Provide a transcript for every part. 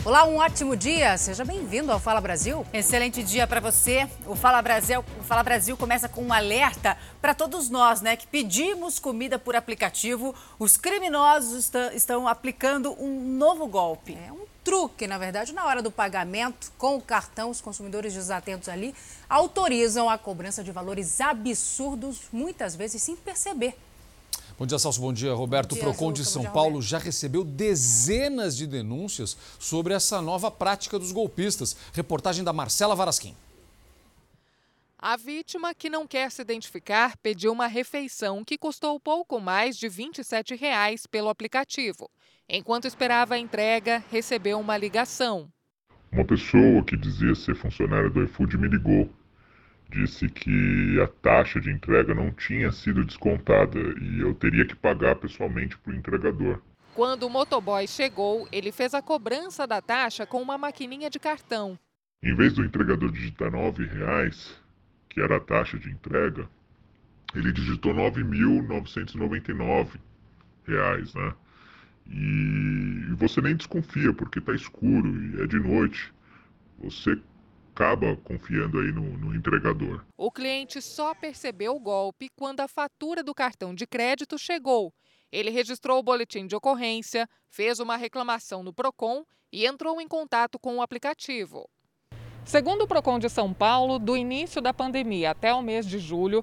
Olá, um ótimo dia. Seja bem-vindo ao Fala Brasil. Excelente dia para você. O Fala Brasil começa com um alerta para todos nós, né, que pedimos comida por aplicativo. Os criminosos estão aplicando um novo golpe. É um truque, na verdade, na hora do pagamento com o cartão, os consumidores desatentos ali autorizam a cobrança de valores absurdos, muitas vezes sem perceber. Bom dia, Celso. Bom dia, Roberto. O Procon de São Paulo já recebeu dezenas de denúncias sobre essa nova prática dos golpistas. Reportagem da Marcela Varasquim. A vítima, que não quer se identificar, pediu uma refeição que custou pouco mais de R$ 27 pelo aplicativo. Enquanto esperava a entrega, recebeu uma ligação. Uma pessoa que dizia ser funcionária do iFood me ligou. Disse que a taxa de entrega não tinha sido descontada e eu teria que pagar pessoalmente para o entregador. Quando o motoboy chegou, ele fez a cobrança da taxa com uma maquininha de cartão. Em vez do entregador digitar R$ 9,00, que era a taxa de entrega, ele digitou R$ 9.999, né? E você nem desconfia porque está escuro e é de noite. Você acaba confiando aí no entregador. O cliente só percebeu o golpe quando a fatura do cartão de crédito chegou. Ele registrou o boletim de ocorrência, fez uma reclamação no Procon e entrou em contato com o aplicativo. Segundo o Procon de São Paulo, do início da pandemia até o mês de julho,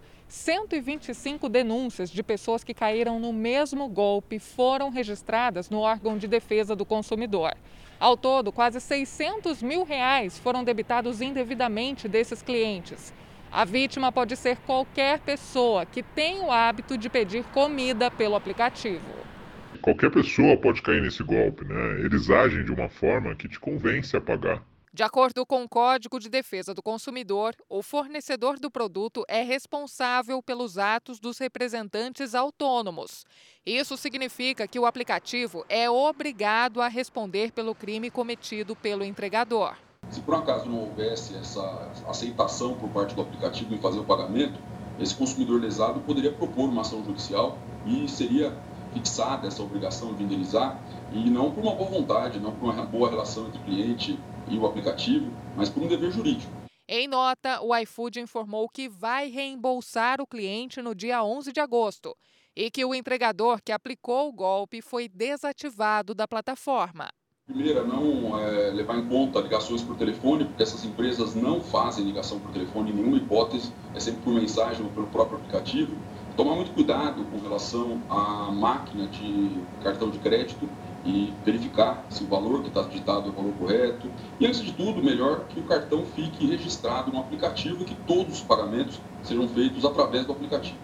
125 denúncias de pessoas que caíram no mesmo golpe foram registradas no órgão de defesa do consumidor. Ao todo, quase R$600 mil foram debitados indevidamente desses clientes. A vítima pode ser qualquer pessoa que tem o hábito de pedir comida pelo aplicativo. Qualquer pessoa pode cair nesse golpe, né? Eles agem de uma forma que te convence a pagar. De acordo com o Código de Defesa do Consumidor, o fornecedor do produto é responsável pelos atos dos representantes autônomos. Isso significa que o aplicativo é obrigado a responder pelo crime cometido pelo entregador. Se por acaso não houvesse essa aceitação por parte do aplicativo em fazer o pagamento, esse consumidor lesado poderia propor uma ação judicial e seria fixada essa obrigação de indenizar, e não por uma boa vontade, não por uma boa relação entre o cliente e o aplicativo, mas por um dever jurídico. Em nota, o iFood informou que vai reembolsar o cliente no dia 11 de agosto e que o entregador que aplicou o golpe foi desativado da plataforma. Primeiro, não levar em conta ligações por telefone, porque essas empresas não fazem ligação por telefone em nenhuma hipótese, é sempre por mensagem ou pelo próprio aplicativo. Tomar muito cuidado com relação à máquina de cartão de crédito e verificar se o valor que está digitado é o valor correto. E, antes de tudo, melhor que o cartão fique registrado no aplicativo e que todos os pagamentos sejam feitos através do aplicativo.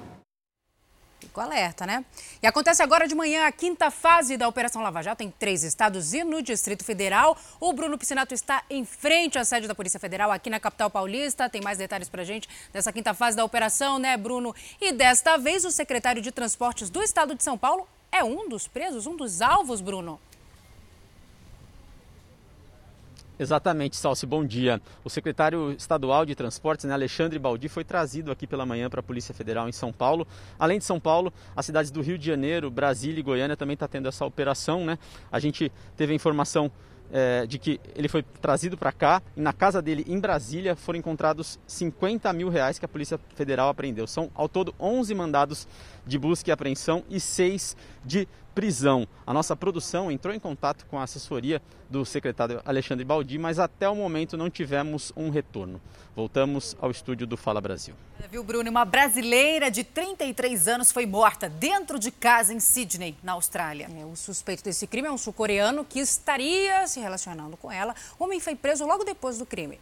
Fico alerta, né? E acontece agora de manhã a quinta fase da Operação Lava Jato em 3 estados e no Distrito Federal. O Bruno Piscinato está em frente à sede da Polícia Federal aqui na capital paulista. Tem mais detalhes pra gente dessa quinta fase da operação, né, Bruno? E desta vez o secretário de Transportes do estado de São Paulo é um dos presos, um dos alvos, Bruno. Exatamente, Salsi, bom dia. O secretário estadual de Transportes, Alexandre Baldi, foi trazido aqui pela manhã para a Polícia Federal em São Paulo. Além de São Paulo, as cidades do Rio de Janeiro, Brasília e Goiânia também estão tendo essa operação, né? A gente teve a informação de que ele foi trazido para cá e na casa dele em Brasília foram encontrados R$50 mil que a Polícia Federal apreendeu. São ao todo 11 mandados de busca e apreensão e 6 de prisão. A nossa produção entrou em contato com a assessoria do secretário Alexandre Baldi, mas até o momento não tivemos um retorno. Voltamos ao estúdio do Fala Brasil. Viu, Bruno? Uma brasileira de 33 anos foi morta dentro de casa em Sydney, na Austrália. O suspeito desse crime é um sul-coreano que estaria se relacionando com ela. O homem foi preso logo depois do crime.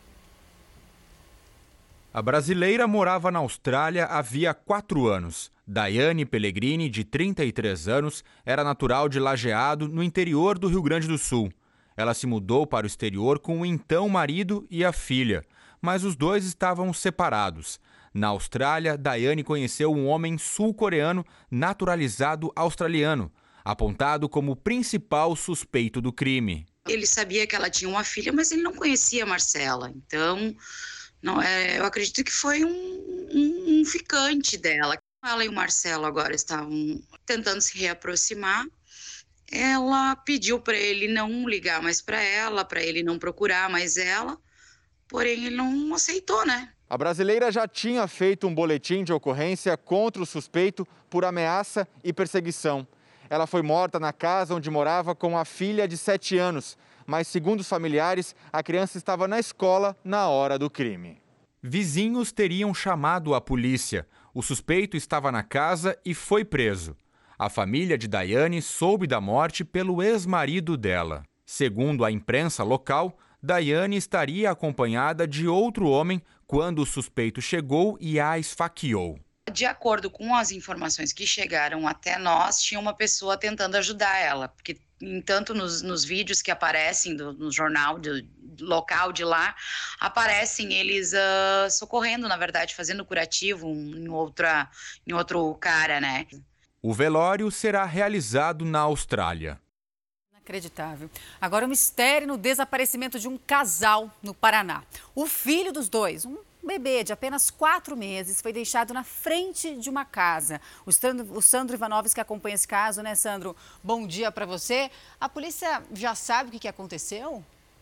A brasileira morava na Austrália havia 4 anos. Daiane Pellegrini, de 33 anos, era natural de Lajeado, no interior do Rio Grande do Sul. Ela se mudou para o exterior com o então marido e a filha, mas os dois estavam separados. Na Austrália, Daiane conheceu um homem sul-coreano naturalizado australiano, apontado como o principal suspeito do crime. Ele sabia que ela tinha uma filha, mas ele não conhecia a Marcela, então eu acredito que foi um ficante dela. Ela e o Marcelo agora estavam tentando se reaproximar ela pediu para ele não ligar mais para ele não procurar mais ela, porém ele não aceitou, né? A brasileira já tinha feito um boletim de ocorrência contra o suspeito por ameaça e perseguição. Ela foi morta na casa onde morava com a filha de 7 anos, mas segundo os familiares, a criança estava na escola na hora do crime. Vizinhos teriam chamado a polícia. O suspeito estava na casa e foi preso. A família de Daiane soube da morte pelo ex-marido dela. Segundo a imprensa local, Daiane estaria acompanhada de outro homem quando o suspeito chegou e a esfaqueou. De acordo com as informações que chegaram até nós, tinha uma pessoa tentando ajudar ela, porque tanto nos vídeos que aparecem no jornal local de lá, aparecem eles socorrendo, na verdade, fazendo curativo em outro cara, né? O velório será realizado na Austrália. Inacreditável. Agora, o mistério no desaparecimento de um casal no Paraná. O filho dos dois, um bebê de apenas 4 meses, foi deixado na frente de uma casa. O Sandro Ivanovski que acompanha esse caso, né, Sandro? Bom dia para você. A polícia já sabe o que aconteceu?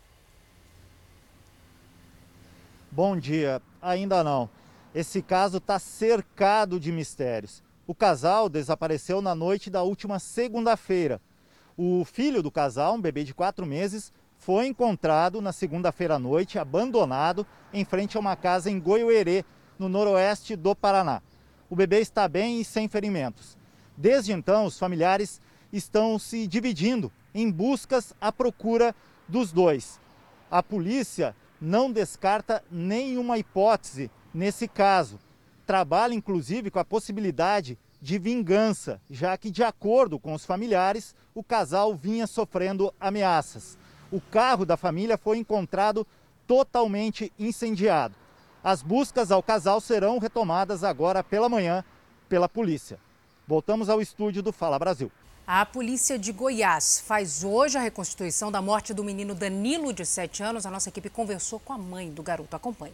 Bom dia. Ainda não. Esse caso está cercado de mistérios. O casal desapareceu na noite da última segunda-feira. O filho do casal, um bebê de 4 meses, foi encontrado na segunda-feira à noite, abandonado, em frente a uma casa em Goiuerê, no noroeste do Paraná. O bebê está bem e sem ferimentos. Desde então, os familiares estão se dividindo em buscas à procura dos dois. A polícia não descarta nenhuma hipótese nesse caso. Trabalha, inclusive, com a possibilidade de vingança, já que, de acordo com os familiares, o casal vinha sofrendo ameaças. O carro da família foi encontrado totalmente incendiado. As buscas ao casal serão retomadas agora pela manhã pela polícia. Voltamos ao estúdio do Fala Brasil. A polícia de Goiás faz hoje a reconstituição da morte do menino Danilo, de 7 anos. A nossa equipe conversou com a mãe do garoto. Acompanhe.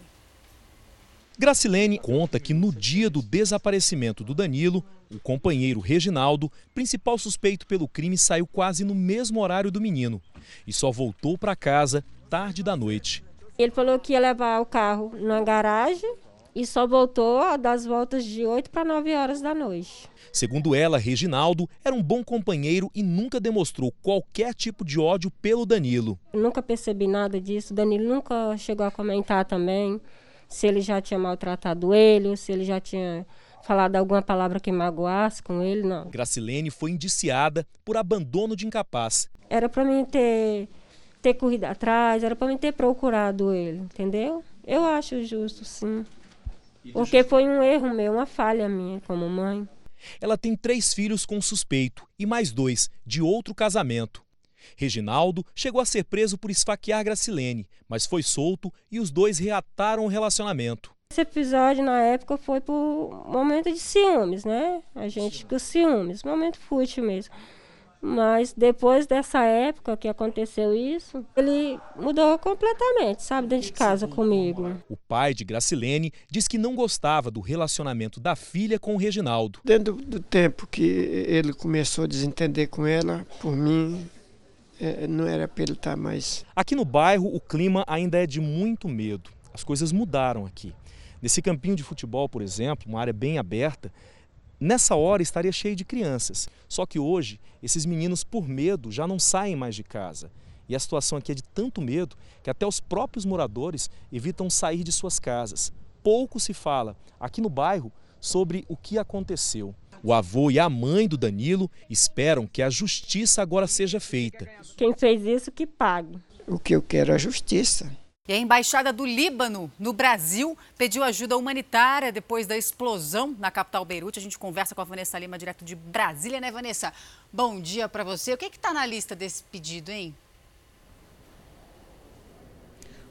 Gracilene conta que no dia do desaparecimento do Danilo, o companheiro Reginaldo, principal suspeito pelo crime, saiu quase no mesmo horário do menino e só voltou para casa tarde da noite. Ele falou que ia levar o carro na garagem e só voltou das voltas de 8 para 9 horas da noite. Segundo ela, Reginaldo era um bom companheiro e nunca demonstrou qualquer tipo de ódio pelo Danilo. Eu nunca percebi nada disso, o Danilo nunca chegou a comentar também se ele já tinha maltratado ele, ou se ele já tinha falado alguma palavra que magoasse com ele, não. Gracilene foi indiciada por abandono de incapaz. Era para mim ter corrido atrás, era para mim ter procurado ele, entendeu? Eu acho justo, sim. Porque foi um erro meu, uma falha minha como mãe. Ela tem 3 filhos com suspeito e mais 2 de outro casamento. Reginaldo chegou a ser preso por esfaquear Gracilene, mas foi solto e os dois reataram o relacionamento. Esse episódio, na época, foi por momento de ciúmes, né? A gente com ciúmes, momento fútil mesmo. Mas depois dessa época que aconteceu isso, ele mudou completamente, sabe, dentro de casa comigo. O pai de Gracilene diz que não gostava do relacionamento da filha com o Reginaldo. Dentro do tempo que ele começou a desentender com ela, por mim, não era para ele estar mais. Aqui no bairro, o clima ainda é de muito medo. As coisas mudaram aqui. Nesse campinho de futebol, por exemplo, uma área bem aberta, nessa hora estaria cheio de crianças. Só que hoje, esses meninos, por medo, já não saem mais de casa. E a situação aqui é de tanto medo que até os próprios moradores evitam sair de suas casas. Pouco se fala aqui no bairro sobre o que aconteceu. O avô e a mãe do Danilo esperam que a justiça agora seja feita. Quem fez isso que pague. O que eu quero é a justiça. E a Embaixada do Líbano, no Brasil, pediu ajuda humanitária depois da explosão na capital Beirute. A gente conversa com a Vanessa Lima, direto de Brasília, né, Vanessa? Bom dia para você. O que está na lista desse pedido, hein?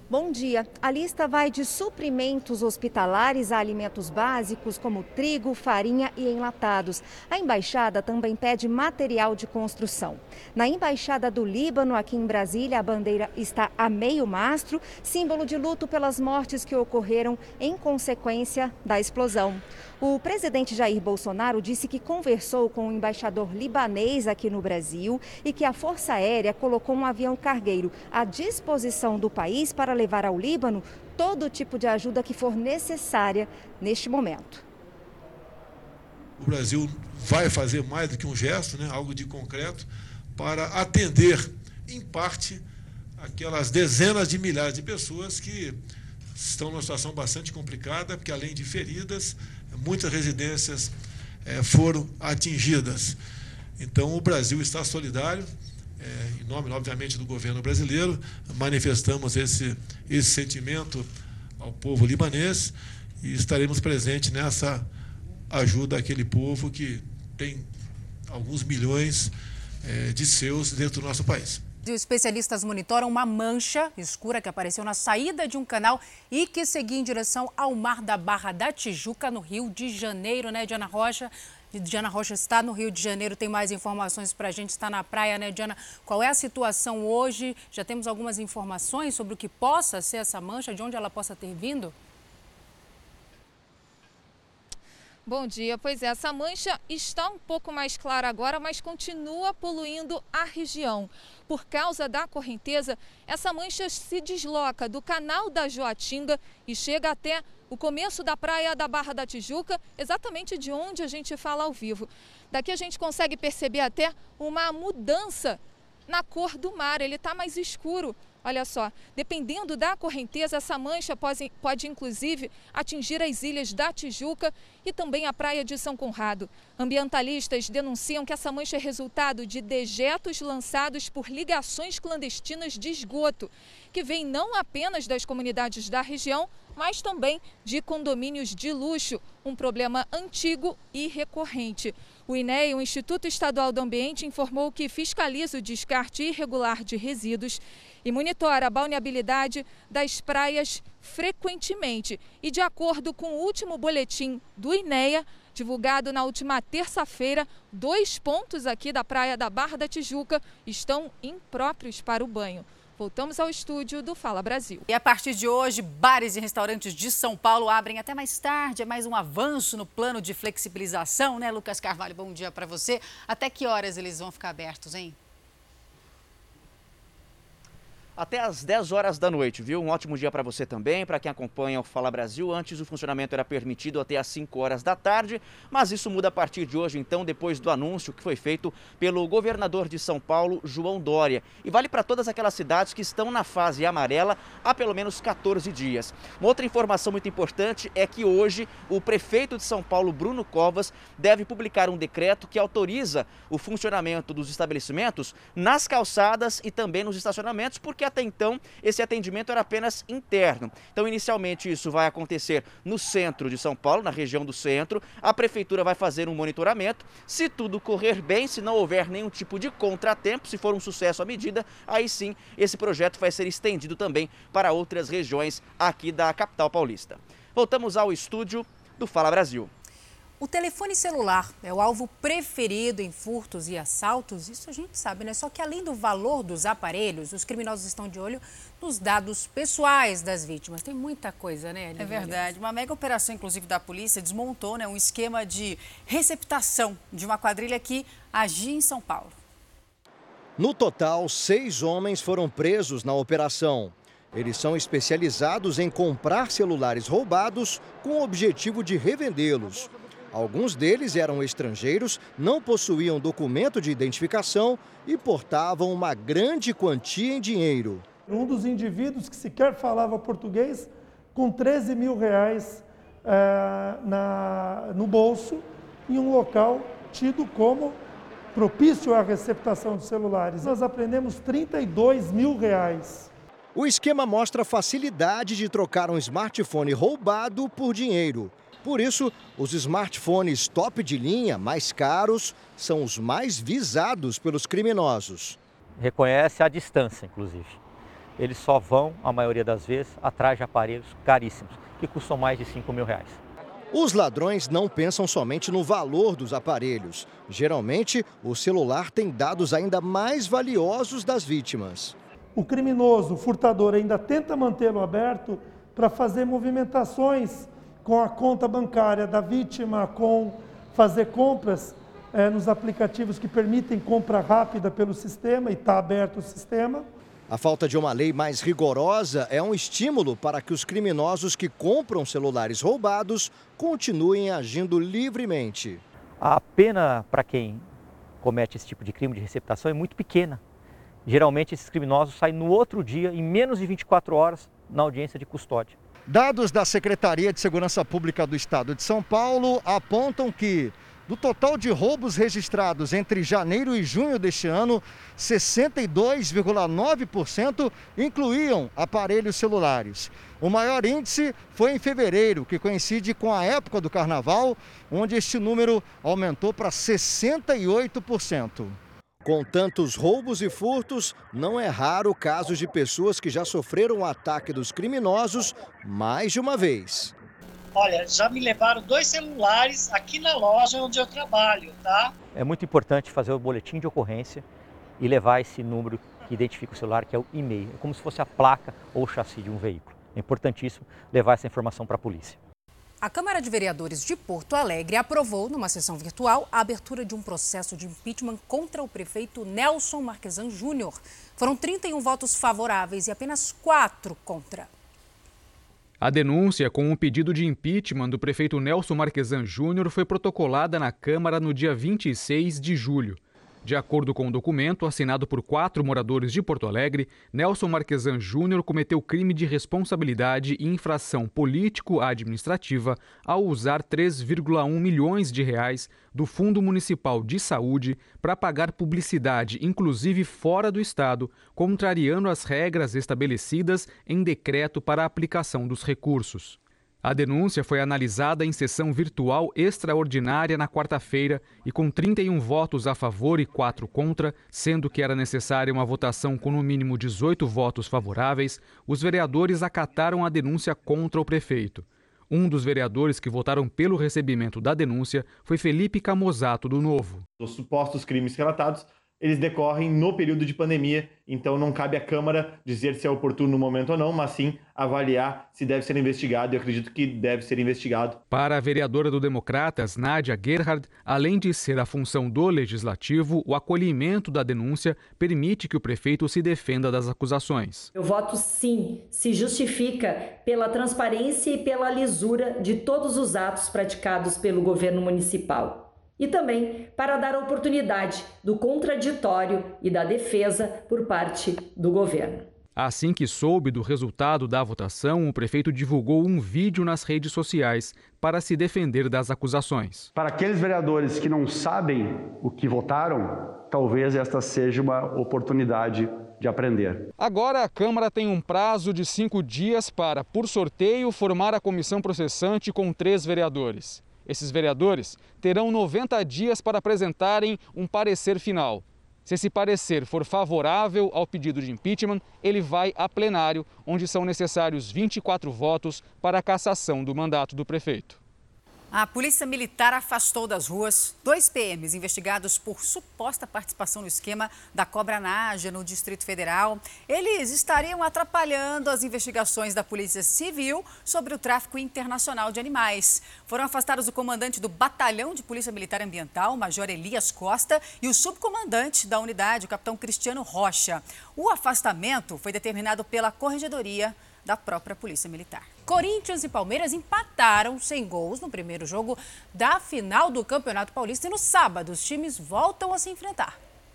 Bom dia. A lista vai de suprimentos hospitalares a alimentos básicos como trigo, farinha e enlatados. A embaixada também pede material de construção. Na embaixada do Líbano, aqui em Brasília, a bandeira está a meio mastro, símbolo de luto pelas mortes que ocorreram em consequência da explosão. O presidente Jair Bolsonaro disse que conversou com o embaixador libanês aqui no Brasil e que a Força Aérea colocou um avião cargueiro à disposição do país para levar ao Líbano todo tipo de ajuda que for necessária neste momento. O Brasil vai fazer mais do que um gesto, algo de concreto, para atender, em parte, aquelas dezenas de milhares de pessoas que estão numa situação bastante complicada, porque além de feridas, muitas residências foram atingidas. Então, o Brasil está solidário, em nome, obviamente, do governo brasileiro, manifestamos esse sentimento ao povo libanês e estaremos presentes nessa ajuda àquele povo que tem alguns milhões de seus dentro do nosso país. Os especialistas monitoram uma mancha escura que apareceu na saída de um canal e que seguia em direção ao mar da Barra da Tijuca, no Rio de Janeiro, né, Diana Rocha? Diana Rocha está no Rio de Janeiro, tem mais informações para a gente, está na praia, né, Diana? Qual é a situação hoje? Já temos algumas informações sobre o que possa ser essa mancha, de onde ela possa ter vindo? Bom dia. Pois é, essa mancha está um pouco mais clara agora, mas continua poluindo a região. Por causa da correnteza, essa mancha se desloca do canal da Joatinga e chega até o começo da praia da Barra da Tijuca, exatamente de onde a gente fala ao vivo. Daqui a gente consegue perceber até uma mudança na cor do mar, ele está mais escuro. Olha só, dependendo da correnteza, essa mancha pode inclusive atingir as ilhas da Tijuca e também a praia de São Conrado. Ambientalistas denunciam que essa mancha é resultado de dejetos lançados por ligações clandestinas de esgoto, que vêm não apenas das comunidades da região, mas também de condomínios de luxo, um problema antigo e recorrente. O INEA, o Instituto Estadual do Ambiente, informou que fiscaliza o descarte irregular de resíduos e monitora a balneabilidade das praias frequentemente. E de acordo com o último boletim do INEA, divulgado na última terça-feira, 2 pontos aqui da praia da Barra da Tijuca estão impróprios para o banho. Voltamos ao estúdio do Fala Brasil. E a partir de hoje, bares e restaurantes de São Paulo abrem até mais tarde. É mais um avanço no plano de flexibilização, né, Lucas Carvalho? Bom dia para você. Até que horas eles vão ficar abertos, hein? Até às 10 horas da noite, viu? Um ótimo dia para você também, para quem acompanha o Fala Brasil. Antes o funcionamento era permitido até às 5 horas da tarde, mas isso muda a partir de hoje, então, depois do anúncio que foi feito pelo governador de São Paulo, João Dória. E vale para todas aquelas cidades que estão na fase amarela há pelo menos 14 dias. Uma outra informação muito importante é que hoje o prefeito de São Paulo, Bruno Covas, deve publicar um decreto que autoriza o funcionamento dos estabelecimentos nas calçadas e também nos estacionamentos, porque até então esse atendimento era apenas interno. Então, inicialmente, isso vai acontecer no centro de São Paulo, na região do centro. A prefeitura vai fazer um monitoramento. Se tudo correr bem, se não houver nenhum tipo de contratempo, se for um sucesso a medida, aí sim esse projeto vai ser estendido também para outras regiões aqui da capital paulista. Voltamos ao estúdio do Fala Brasil. O telefone celular é o alvo preferido em furtos e assaltos, isso a gente sabe, né? Só que além do valor dos aparelhos, os criminosos estão de olho nos dados pessoais das vítimas. Tem muita coisa, né, Aline? É verdade. Uma mega operação, inclusive, da polícia desmontou, né, um esquema de receptação de uma quadrilha que agia em São Paulo. No total, 6 homens foram presos na operação. Eles são especializados em comprar celulares roubados com o objetivo de revendê-los. Alguns deles eram estrangeiros, não possuíam documento de identificação e portavam uma grande quantia em dinheiro. Um dos indivíduos que sequer falava português, com 13 mil reais no bolso, em um local tido como propício à receptação de celulares. Nós apreendemos 32 mil reais. O esquema mostra a facilidade de trocar um smartphone roubado por dinheiro. Por isso, os smartphones top de linha, mais caros, são os mais visados pelos criminosos. Reconhece a distância, inclusive. eles só vão, a maioria das vezes, atrás de aparelhos caríssimos, que custam mais de R$5.000. Os ladrões não pensam somente no valor dos aparelhos. Geralmente, o celular tem dados ainda mais valiosos das vítimas. O criminoso, o furtador, ainda tenta mantê-lo aberto para fazer movimentações com a conta bancária da vítima, com fazer compras nos aplicativos que permitem compra rápida pelo sistema, e está aberto o sistema. A falta de uma lei mais rigorosa é um estímulo para que os criminosos que compram celulares roubados continuem agindo livremente. A pena para quem comete esse tipo de crime de receptação é muito pequena. Geralmente esses criminosos saem no outro dia, em menos de 24 horas, na audiência de custódia. Dados da Secretaria de Segurança Pública do Estado de São Paulo apontam que, do total de roubos registrados entre janeiro e junho deste ano, 62,9% incluíam aparelhos celulares. O maior índice foi em fevereiro, que coincide com a época do carnaval, onde este número aumentou para 68%. Com tantos roubos e furtos, não é raro casos de pessoas que já sofreram o ataque dos criminosos mais de uma vez. Olha, já me levaram 2 celulares aqui na loja onde eu trabalho, tá? É muito importante fazer o boletim de ocorrência e levar esse número que identifica o celular, que é o e-mail. É como se fosse a placa ou o chassi de um veículo. É importantíssimo levar essa informação para a polícia. A Câmara de Vereadores de Porto Alegre aprovou, numa sessão virtual, a abertura de um processo de impeachment contra o prefeito Nelson Marquesan Júnior. Foram 31 votos favoráveis e apenas 4 contra. A denúncia com um pedido de impeachment do prefeito Nelson Marquesan Júnior foi protocolada na Câmara no dia 26 de julho. De acordo com o documento assinado por 4 moradores de Porto Alegre, Nelson Marquesan Júnior cometeu crime de responsabilidade e infração político-administrativa ao usar 3,1 milhões de reais do Fundo Municipal de Saúde para pagar publicidade, inclusive fora do estado, contrariando as regras estabelecidas em decreto para a aplicação dos recursos. A denúncia foi analisada em sessão virtual extraordinária na quarta-feira e com 31 votos a favor e 4 contra, sendo que era necessária uma votação com no mínimo 18 votos favoráveis, os vereadores acataram a denúncia contra o prefeito. Um dos vereadores que votaram pelo recebimento da denúncia foi Felipe Camozato, do Novo. Os supostos crimes relatados, eles decorrem no período de pandemia, então não cabe à Câmara dizer se é oportuno no momento ou não, mas sim avaliar se deve ser investigado, e eu acredito que deve ser investigado. Para a vereadora do Democratas, Nádia Gerhard, além de ser a função do Legislativo, o acolhimento da denúncia permite que o prefeito se defenda das acusações. Eu voto sim, se justifica pela transparência e pela lisura de todos os atos praticados pelo governo municipal. E também para dar oportunidade do contraditório e da defesa por parte do governo. Assim que soube do resultado da votação, o prefeito divulgou um vídeo nas redes sociais para se defender das acusações. Para aqueles vereadores que não sabem o que votaram, talvez esta seja uma oportunidade de aprender. Agora a Câmara tem um prazo de 5 dias para, por sorteio, formar a comissão processante com 3 vereadores. Esses vereadores terão 90 dias para apresentarem um parecer final. Se esse parecer for favorável ao pedido de impeachment, ele vai a plenário, onde são necessários 24 votos para a cassação do mandato do prefeito. A Polícia Militar afastou das ruas 2 PMs investigados por suposta participação no esquema da Cobra Naja no Distrito Federal. Eles estariam atrapalhando as investigações da Polícia Civil sobre o tráfico internacional de animais. Foram afastados o comandante do Batalhão de Polícia Militar Ambiental, Major Elias Costa, e o subcomandante da unidade, o capitão Cristiano Rocha. O afastamento foi determinado pela Corregedoria da própria Polícia Militar. Corinthians e Palmeiras empataram sem gols no primeiro jogo da final do Campeonato Paulista e no sábado os times voltam a se enfrentar.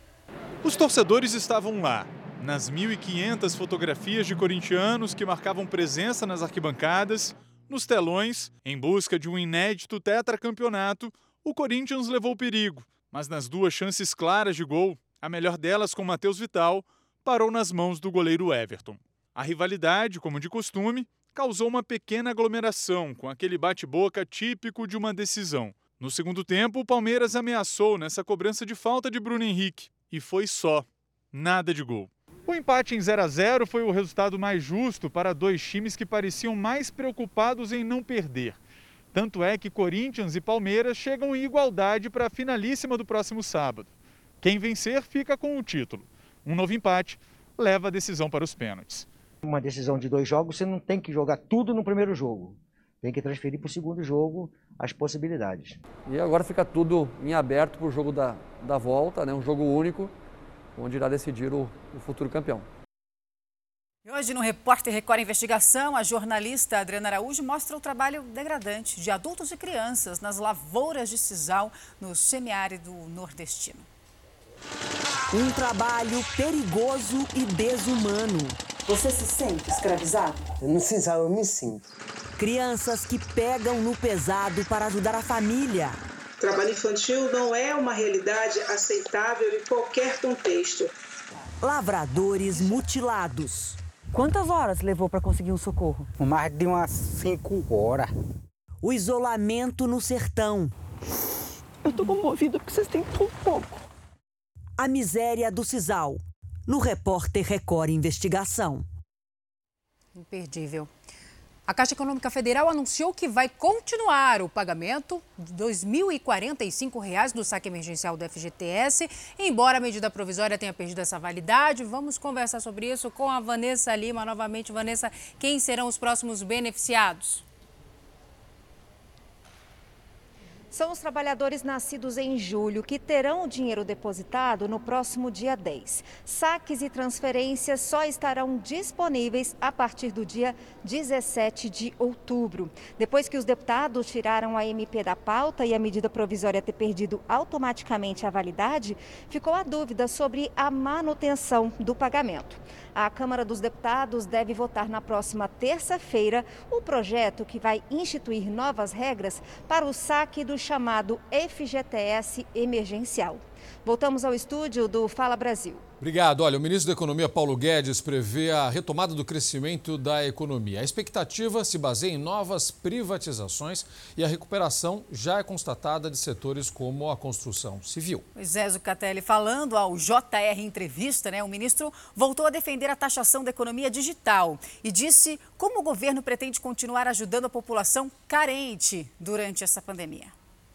Os torcedores estavam lá, nas 1.500 fotografias de corintianos que marcavam presença nas arquibancadas, nos telões, em busca de um inédito tetracampeonato, o Corinthians levou perigo, mas nas 2 chances claras de gol, a melhor delas com Matheus Vital, parou nas mãos do goleiro Everton. A rivalidade, como de costume, causou uma pequena aglomeração com aquele bate-boca típico de uma decisão. No segundo tempo, o Palmeiras ameaçou nessa cobrança de falta de Bruno Henrique. E foi só. Nada de gol. O empate em 0 a 0 foi o resultado mais justo para dois times que pareciam mais preocupados em não perder. Tanto é que Corinthians e Palmeiras chegam em igualdade para a finalíssima do próximo sábado. Quem vencer fica com o título. Um novo empate leva a decisão para os pênaltis. Uma decisão de 2 jogos, você não tem que jogar tudo no primeiro jogo. Tem que transferir para o segundo jogo as possibilidades. E agora fica tudo em aberto para o jogo da volta, né? Um jogo único, onde irá decidir o futuro campeão. E hoje, no Repórter Record Investigação, a jornalista Adriana Araújo mostra o trabalho degradante de adultos e crianças nas lavouras de sisal no semiárido nordestino. Um trabalho perigoso e desumano. Você se sente escravizado? No sisal eu me sinto. Crianças que pegam no pesado para ajudar a família. Trabalho infantil não é uma realidade aceitável em qualquer contexto. Lavradores mutilados. Quantas horas levou para conseguir um socorro? Mais de umas 5 horas. O isolamento no sertão. Eu tô comovida porque vocês têm tão pouco. A miséria do sisal. No Repórter Record Investigação. Imperdível. A Caixa Econômica Federal anunciou que vai continuar o pagamento de R$ 2.045 do saque emergencial do FGTS, embora a medida provisória tenha perdido essa validade. Vamos conversar sobre isso com a Vanessa Lima. Novamente, Vanessa, quem serão os próximos beneficiados? São os trabalhadores nascidos em julho que terão o dinheiro depositado no próximo dia 10. Saques e transferências só estarão disponíveis a partir do dia 17 de outubro. Depois que os deputados tiraram a MP da pauta e a medida provisória ter perdido automaticamente a validade, ficou a dúvida sobre a manutenção do pagamento. A Câmara dos Deputados deve votar na próxima terça-feira o projeto que vai instituir novas regras para o saque do chamado FGTS emergencial. Voltamos ao estúdio do Fala Brasil. Obrigado. Olha, o ministro da Economia, Paulo Guedes, prevê a retomada do crescimento da economia. A expectativa se baseia em novas privatizações e a recuperação já é constatada de setores como a construção civil. Pois é, Zucatelli, falando ao JR Entrevista, o ministro voltou a defender a taxação da economia digital e disse como o governo pretende continuar ajudando a população carente durante essa pandemia.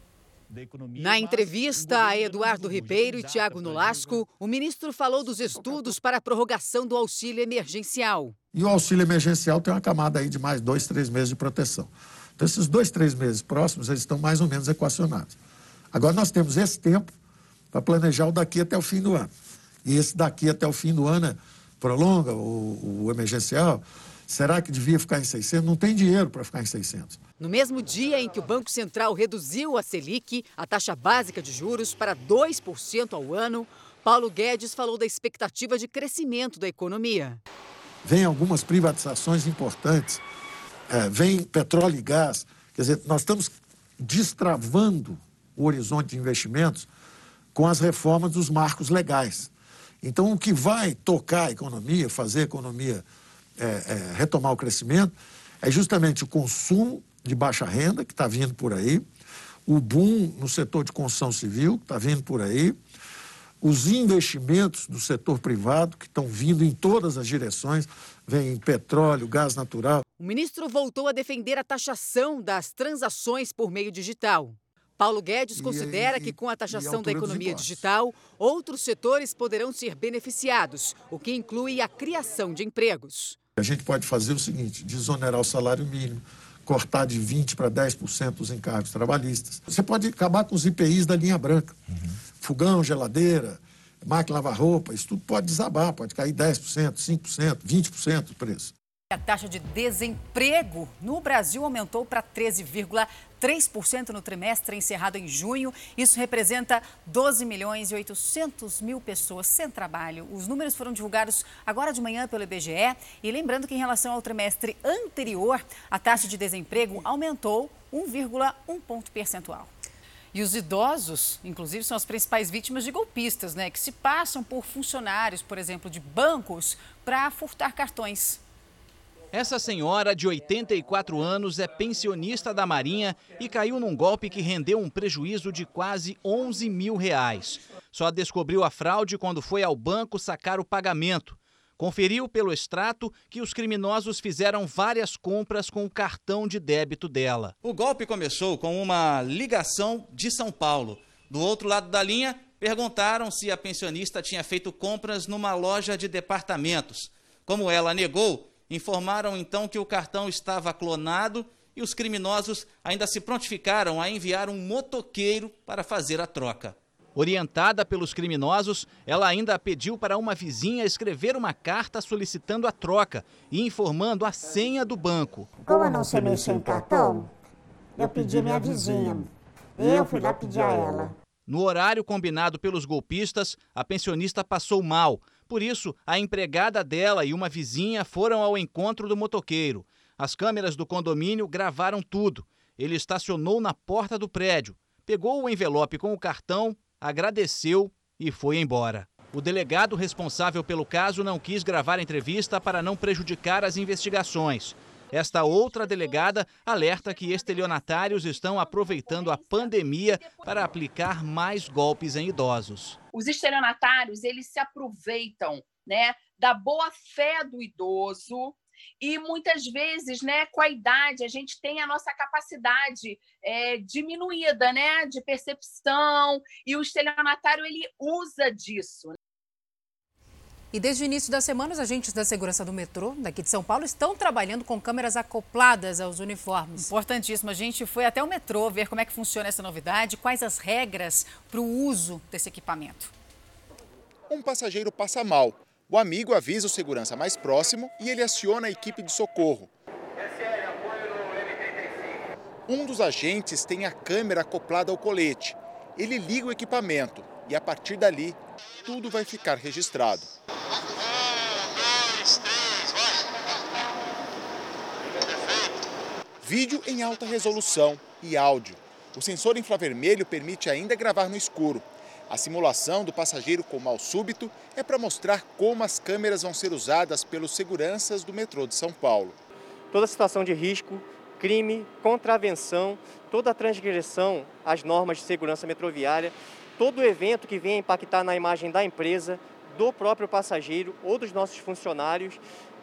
Na entrevista a Eduardo Ribeiro e Tiago Nolasco, o ministro falou dos estudos para a prorrogação do auxílio emergencial. E o auxílio emergencial tem uma camada aí de mais 2, 3 meses de proteção. Então, esses 2, 3 meses próximos, eles estão mais ou menos equacionados. Agora, nós temos esse tempo para planejar o daqui até o fim do ano. E esse daqui até o fim do ano prolonga o emergencial. Será que devia ficar em 600? Não tem dinheiro para ficar em 600. No mesmo dia em que o Banco Central reduziu a Selic, a taxa básica de juros, para 2% ao ano, Paulo Guedes falou da expectativa de crescimento da economia. Vem algumas privatizações importantes, vem petróleo e gás. Quer dizer, nós estamos destravando o horizonte de investimentos com as reformas dos marcos legais. Então, o que vai tocar a economia, fazer a economia retomar o crescimento, é justamente o consumo de baixa renda, que está vindo por aí, o boom no setor de construção civil, que está vindo por aí, os investimentos do setor privado, que estão vindo em todas as direções, vem petróleo, gás natural. O ministro voltou a defender a taxação das transações por meio digital. Paulo Guedes considera que com a taxação da economia digital, outros setores poderão ser beneficiados, o que inclui a criação de empregos. A gente pode fazer o seguinte, desonerar o salário mínimo, cortar de 20% para 10% os encargos trabalhistas. Você pode acabar com os IPIs da linha branca. Fogão, geladeira, máquina lavar roupa, isso tudo pode desabar, pode cair 10%, 5%, 20% o preço. A taxa de desemprego no Brasil aumentou para 13,3% no trimestre encerrado em junho. Isso representa 12.800.000 pessoas sem trabalho. Os números foram divulgados agora de manhã pelo IBGE. E lembrando que em relação ao trimestre anterior, a taxa de desemprego aumentou 1,1 ponto percentual. E os idosos, inclusive, são as principais vítimas de golpistas, que se passam por funcionários, por exemplo, de bancos, para furtar cartões. Essa senhora, de 84 anos, é pensionista da Marinha e caiu num golpe que rendeu um prejuízo de quase R$11 mil. Só descobriu a fraude quando foi ao banco sacar o pagamento. Conferiu pelo extrato que os criminosos fizeram várias compras com o cartão de débito dela. O golpe começou com uma ligação de São Paulo. Do outro lado da linha, perguntaram se a pensionista tinha feito compras numa loja de departamentos. Como ela negou, informaram então que o cartão estava clonado e os criminosos ainda se prontificaram a enviar um motoqueiro para fazer a troca. Orientada pelos criminosos, ela ainda pediu para uma vizinha escrever uma carta solicitando a troca e informando a senha do banco. Como eu não sei mexer em cartão, eu pedi à minha vizinha. Eu fui lá pedir a ela. No horário combinado pelos golpistas, a pensionista passou mal. Por isso, a empregada dela e uma vizinha foram ao encontro do motoqueiro. As câmeras do condomínio gravaram tudo. Ele estacionou na porta do prédio, pegou o envelope com o cartão, agradeceu e foi embora. O delegado responsável pelo caso não quis gravar a entrevista para não prejudicar as investigações. Esta outra delegada alerta que estelionatários estão aproveitando a pandemia para aplicar mais golpes em idosos. Os estelionatários, eles se aproveitam, né, da boa fé do idoso. E muitas vezes, né, com a idade, a gente tem a nossa capacidade diminuída, né, de percepção, e o estelionatário ele usa disso. E desde o início da semana, os agentes da segurança do metrô daqui de São Paulo estão trabalhando com câmeras acopladas aos uniformes. Importantíssimo. A gente foi até o metrô ver como é que funciona essa novidade, quais as regras para o uso desse equipamento. Um passageiro passa mal. O amigo avisa o segurança mais próximo e ele aciona a equipe de socorro. Um dos agentes tem a câmera acoplada ao colete. Ele liga o equipamento e, a partir dali, tudo vai ficar registrado. Vídeo em alta resolução e áudio. O sensor infravermelho permite ainda gravar no escuro. A simulação do passageiro com mal súbito é para mostrar como as câmeras vão ser usadas pelos seguranças do metrô de São Paulo. Toda situação de risco, crime, contravenção, toda transgressão às normas de segurança metroviária, todo evento que venha impactar na imagem da empresa, do próprio passageiro ou dos nossos funcionários,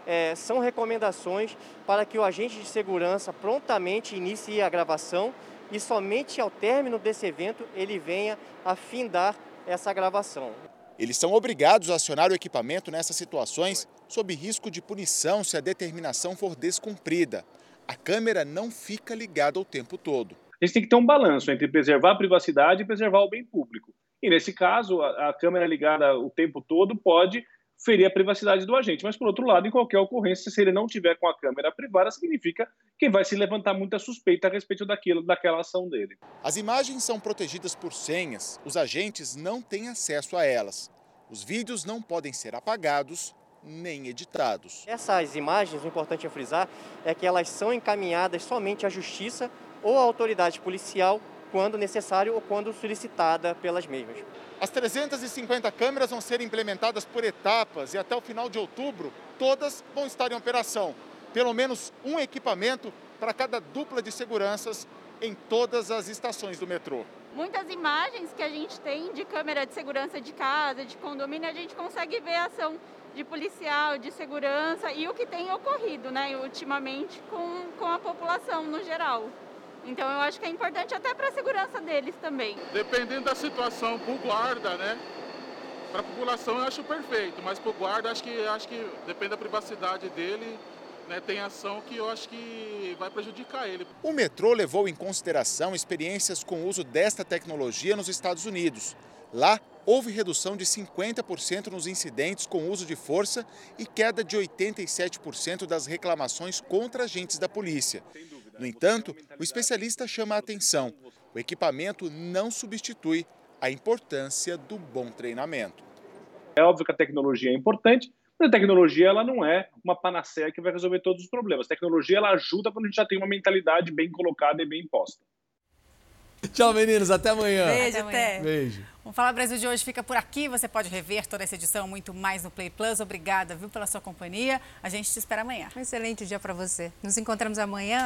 são recomendações para que o agente de segurança prontamente inicie a gravação e somente ao término desse evento ele venha a findar essa gravação. Eles são obrigados a acionar o equipamento nessas situações sob risco de punição se a determinação for descumprida. A câmera não fica ligada o tempo todo. A gente tem que ter um balanço entre preservar a privacidade e preservar o bem público. E nesse caso, a câmera ligada o tempo todo pode ferir a privacidade do agente. Mas, por outro lado, em qualquer ocorrência, se ele não tiver com a câmera privada, significa que vai se levantar muita suspeita a respeito daquela ação dele. As imagens são protegidas por senhas. Os agentes não têm acesso a elas. Os vídeos não podem ser apagados nem editados. Essas imagens, o importante é frisar, é que elas são encaminhadas somente à justiça ou à autoridade policial, quando necessário ou quando solicitada pelas mesmas. As 350 câmeras vão ser implementadas por etapas e até o final de outubro, todas vão estar em operação. Pelo menos um equipamento para cada dupla de seguranças em todas as estações do metrô. Muitas imagens que a gente tem de câmera de segurança de casa, de condomínio, a gente consegue ver a ação de policial, de segurança e o que tem ocorrido, né, ultimamente com a população no geral. Então eu acho que é importante até para a segurança deles também. Dependendo da situação, para o guarda, né? Para a população eu acho perfeito, mas para o guarda acho que depende da privacidade dele, né? Tem ação que eu acho que vai prejudicar ele. O metrô levou em consideração experiências com o uso desta tecnologia nos Estados Unidos. Lá, houve redução de 50% nos incidentes com uso de força e queda de 87% das reclamações contra agentes da polícia. No entanto, o especialista chama a atenção. O equipamento não substitui a importância do bom treinamento. É óbvio que a tecnologia é importante, mas a tecnologia ela não é uma panaceia que vai resolver todos os problemas. A tecnologia ela ajuda quando a gente já tem uma mentalidade bem colocada e bem imposta. Tchau, meninos. Até amanhã. Beijo, até. Beijo. O Fala Brasil de hoje fica por aqui. Você pode rever toda essa edição, muito mais no Play Plus. Obrigada, viu, pela sua companhia. A gente te espera amanhã. Um excelente dia para você. Nos encontramos amanhã.